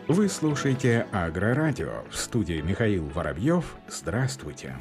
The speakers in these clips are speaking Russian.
Вы слушаете Агрорадио. В студии Михаил Воробьев. Здравствуйте.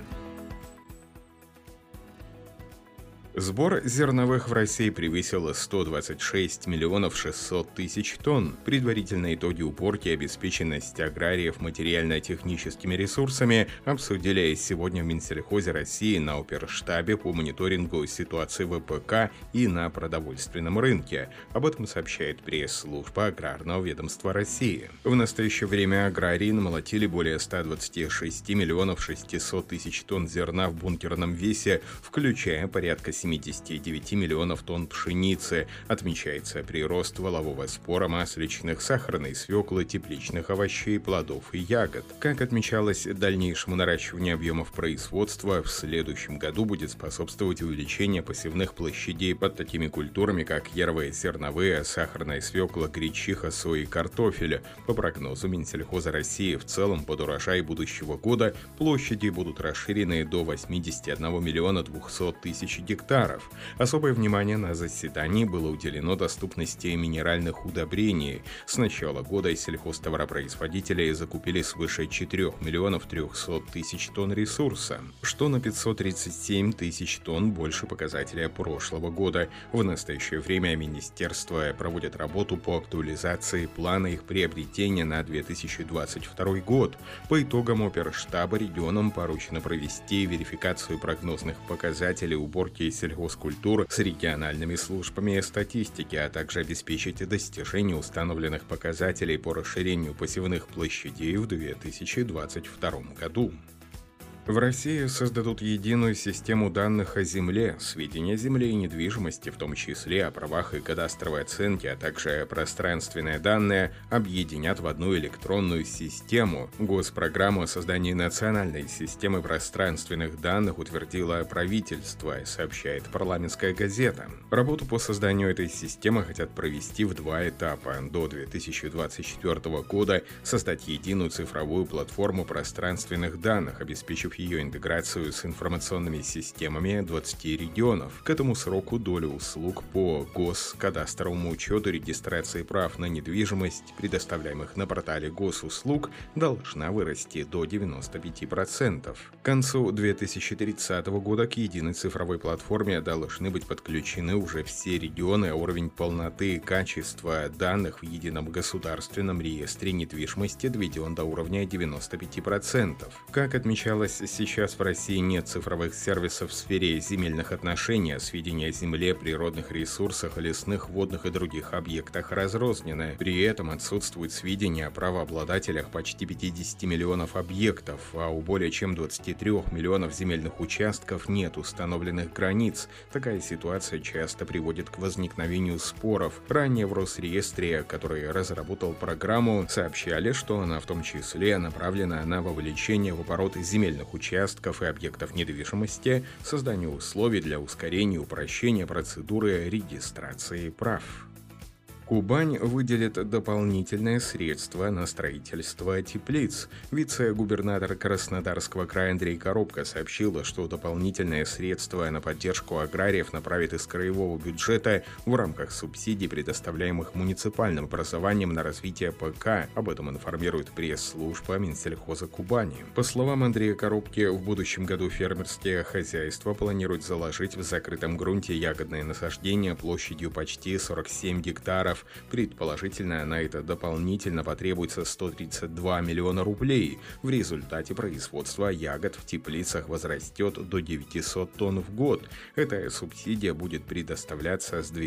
Сбор зерновых в России превысил 126 миллионов 600 тысяч тонн. Предварительные итоги уборки и обеспеченность аграриев материально-техническими ресурсами обсудили сегодня в Минсельхозе России на оперштабе по мониторингу ситуации ВПК и на продовольственном рынке. Об этом сообщает пресс-служба Аграрного ведомства России. В настоящее время аграрии намолотили более 126 миллионов 600 тысяч тонн зерна в бункерном весе, включая порядка 79 миллионов тонн пшеницы. Отмечается прирост валового спора масличных, сахарной свеклы, тепличных овощей, плодов и ягод. Как отмечалось, дальнейшему наращиванию объемов производства в следующем году будет способствовать увеличение посевных площадей под такими культурами, как яровые зерновые, сахарная свекла, гречиха, соя и картофель. По прогнозу Минсельхоза России, в целом под урожай будущего года площади будут расширены до 81 миллиона 200 тысяч гектаров. Особое внимание на заседании было уделено доступности минеральных удобрений. С начала года сельхозтоваропроизводители закупили свыше 4 миллионов 300 тысяч тонн ресурса, что на 537 тысяч тонн больше показателя прошлого года. В настоящее время министерство проводит работу по актуализации плана их приобретения на 2022 год. По итогам оперштаба регионам поручено провести верификацию прогнозных показателей уборки сельхозкультур с региональными службами статистики, а также обеспечить достижение установленных показателей по расширению посевных площадей в 2022 году. В России создадут единую систему данных о земле, сведения о земле и недвижимости, в том числе о правах и кадастровой оценке, а также пространственные данные объединят в одну электронную систему. Госпрограмму о создании национальной системы пространственных данных утвердило правительство, сообщает парламентская газета. Работу по созданию этой системы хотят провести в два этапа. До 2024 года создать единую цифровую платформу пространственных данных, обеспечив ее интеграцию с информационными системами 20 регионов. К этому сроку доля услуг по госкадастровому учету регистрации прав на недвижимость, предоставляемых на портале госуслуг, должна вырасти до 95%. К концу 2030 года к единой цифровой платформе должны быть подключены уже все регионы, а уровень полноты и качества данных в едином государственном реестре недвижимости доведен до уровня 95%. Как отмечалось, сейчас в России нет цифровых сервисов в сфере земельных отношений, а сведения о земле, природных ресурсах, лесных, водных и других объектах разрознены. При этом отсутствуют сведения о правообладателях почти 50 миллионов объектов, а у более чем 23 миллионов земельных участков нет установленных границ. Такая ситуация часто приводит к возникновению споров. Ранее в Росреестре, который разработал программу, сообщали, что она в том числе направлена на вовлечение в оборот земельных участков и объектов недвижимости, созданию условий для ускорения и упрощения процедуры регистрации прав. Кубань выделит дополнительные средства на строительство теплиц. Вице-губернатор Краснодарского края Андрей Коробко сообщил, что дополнительные средства на поддержку аграриев направит из краевого бюджета в рамках субсидий, предоставляемых муниципальным образованием на развитие ПК. Об этом информирует пресс-служба Минсельхоза Кубани. По словам Андрея Коробки, в будущем году фермерские хозяйства планируют заложить в закрытом грунте ягодные насаждения площадью почти 47 гектаров. Предположительно, на это дополнительно потребуется 132 миллиона рублей. В результате производство ягод в теплицах возрастет до 900 тонн в год. Эта субсидия будет предоставляться с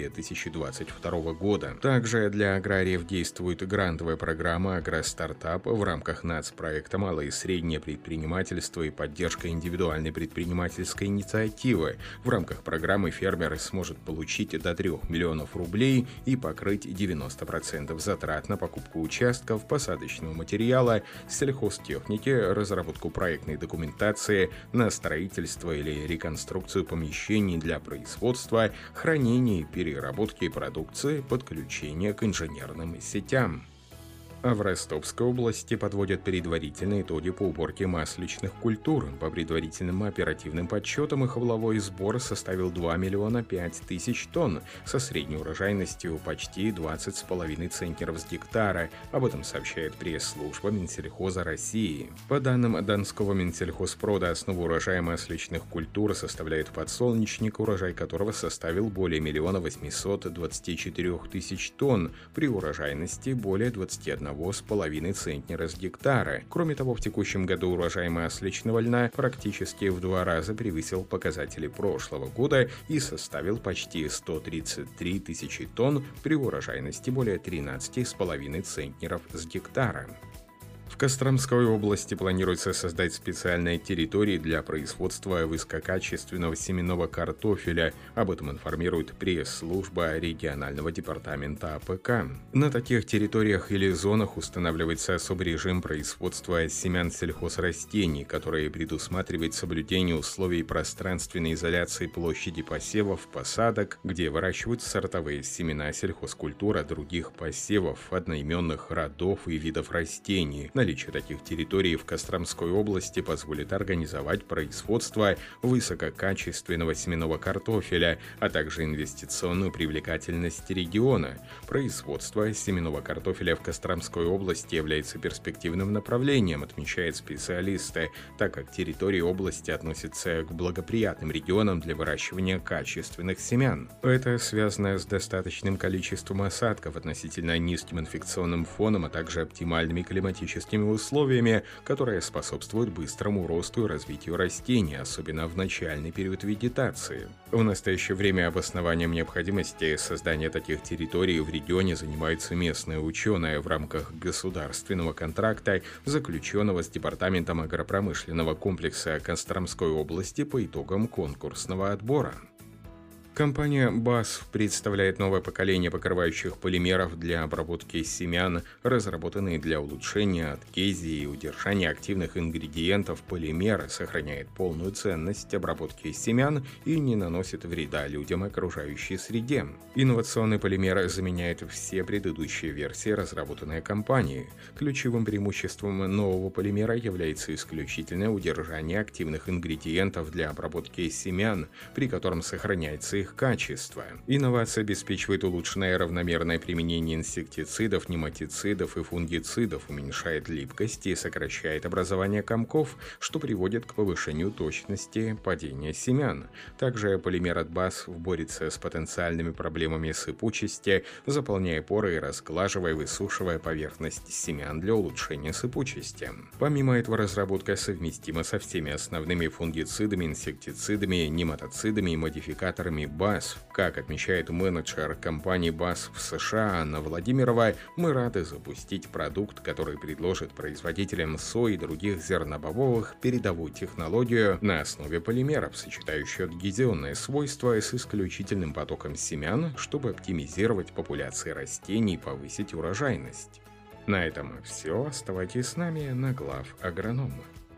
2022 года. Также для аграриев действует грантовая программа «Агростартап» в рамках нацпроекта «Малое и среднее предпринимательство и поддержка индивидуальной предпринимательской инициативы». В рамках программы фермер сможет получить до 3 миллионов рублей и покрыть 90% затрат на покупку участков, посадочного материала, сельхозтехники, разработку проектной документации, на строительство или реконструкцию помещений для производства, хранения и переработки продукции, подключение к инженерным сетям. А в Ростовской области подводят предварительные итоги по уборке масличных культур. По предварительным оперативным подсчетам их валовой сбор составил 2 миллиона 5 тысяч тонн со средней урожайностью почти 20,5 центнеров с гектара. Об этом сообщает пресс-служба Минсельхоза России. По данным Донского Минсельхозпрода, основу урожая масличных культур составляет подсолнечник, урожай которого составил более 1 824 тысяч тонн при урожайности более 21,5 центнера с гектара. Кроме того, в текущем году урожай масличного льна практически в 2 раза превысил показатели прошлого года и составил почти 133 тысячи тонн при урожайности более 13,5 центнеров с гектара. В Костромской области планируется создать специальные территории для производства высококачественного семенного картофеля. Об этом информирует пресс-служба регионального департамента АПК. На таких территориях или зонах устанавливается особый режим производства семян сельхозрастений, который предусматривает соблюдение условий пространственной изоляции площади посевов, посадок, где выращивают сортовые семена сельхозкультур от других посевов, одноименных родов и видов растений. Наличие таких территорий в Костромской области позволит организовать производство высококачественного семенного картофеля, а также инвестиционную привлекательность региона. Производство семенного картофеля в Костромской области является перспективным направлением, отмечают специалисты, так как территории области относятся к благоприятным регионам для выращивания качественных семян. Это связано с достаточным количеством осадков, относительно низким инфекционным фоном, а также оптимальными климатическими условиями, которые способствуют быстрому росту и развитию растений, особенно в начальный период вегетации. В настоящее время обоснованием необходимости создания таких территорий в регионе занимаются местные ученые в рамках государственного контракта, заключенного с Департаментом агропромышленного комплекса Костромской области по итогам конкурсного отбора. Компания BASF представляет новое поколение покрывающих полимеров для обработки семян, разработанные для улучшения адгезии и удержания активных ингредиентов. Полимер сохраняет полную ценность обработки семян и не наносит вреда людям и окружающей среде. Инновационный полимер заменяет все предыдущие версии, разработанные компанией. Ключевым преимуществом нового полимера является исключительное удержание активных ингредиентов для обработки семян, при котором сохраняется их качество. Инновация обеспечивает улучшенное равномерное применение инсектицидов, нематицидов и фунгицидов, уменьшает липкость и сокращает образование комков, что приводит к повышению точности падения семян. Также полимер от BASF борется с потенциальными проблемами сыпучести, заполняя поры и разглаживая, высушивая поверхность семян для улучшения сыпучести. Помимо этого, разработка совместима со всеми основными фунгицидами, инсектицидами, нематоцидами и модификаторами BASF. Как отмечает менеджер компании BASF в США Анна Владимирова, мы рады запустить продукт, который предложит производителям сои и других зернобобовых передовую технологию на основе полимеров, сочетающую адгезионные свойства с исключительным потоком семян, чтобы оптимизировать популяции растений и повысить урожайность. На этом все. Оставайтесь с нами на глав агронома.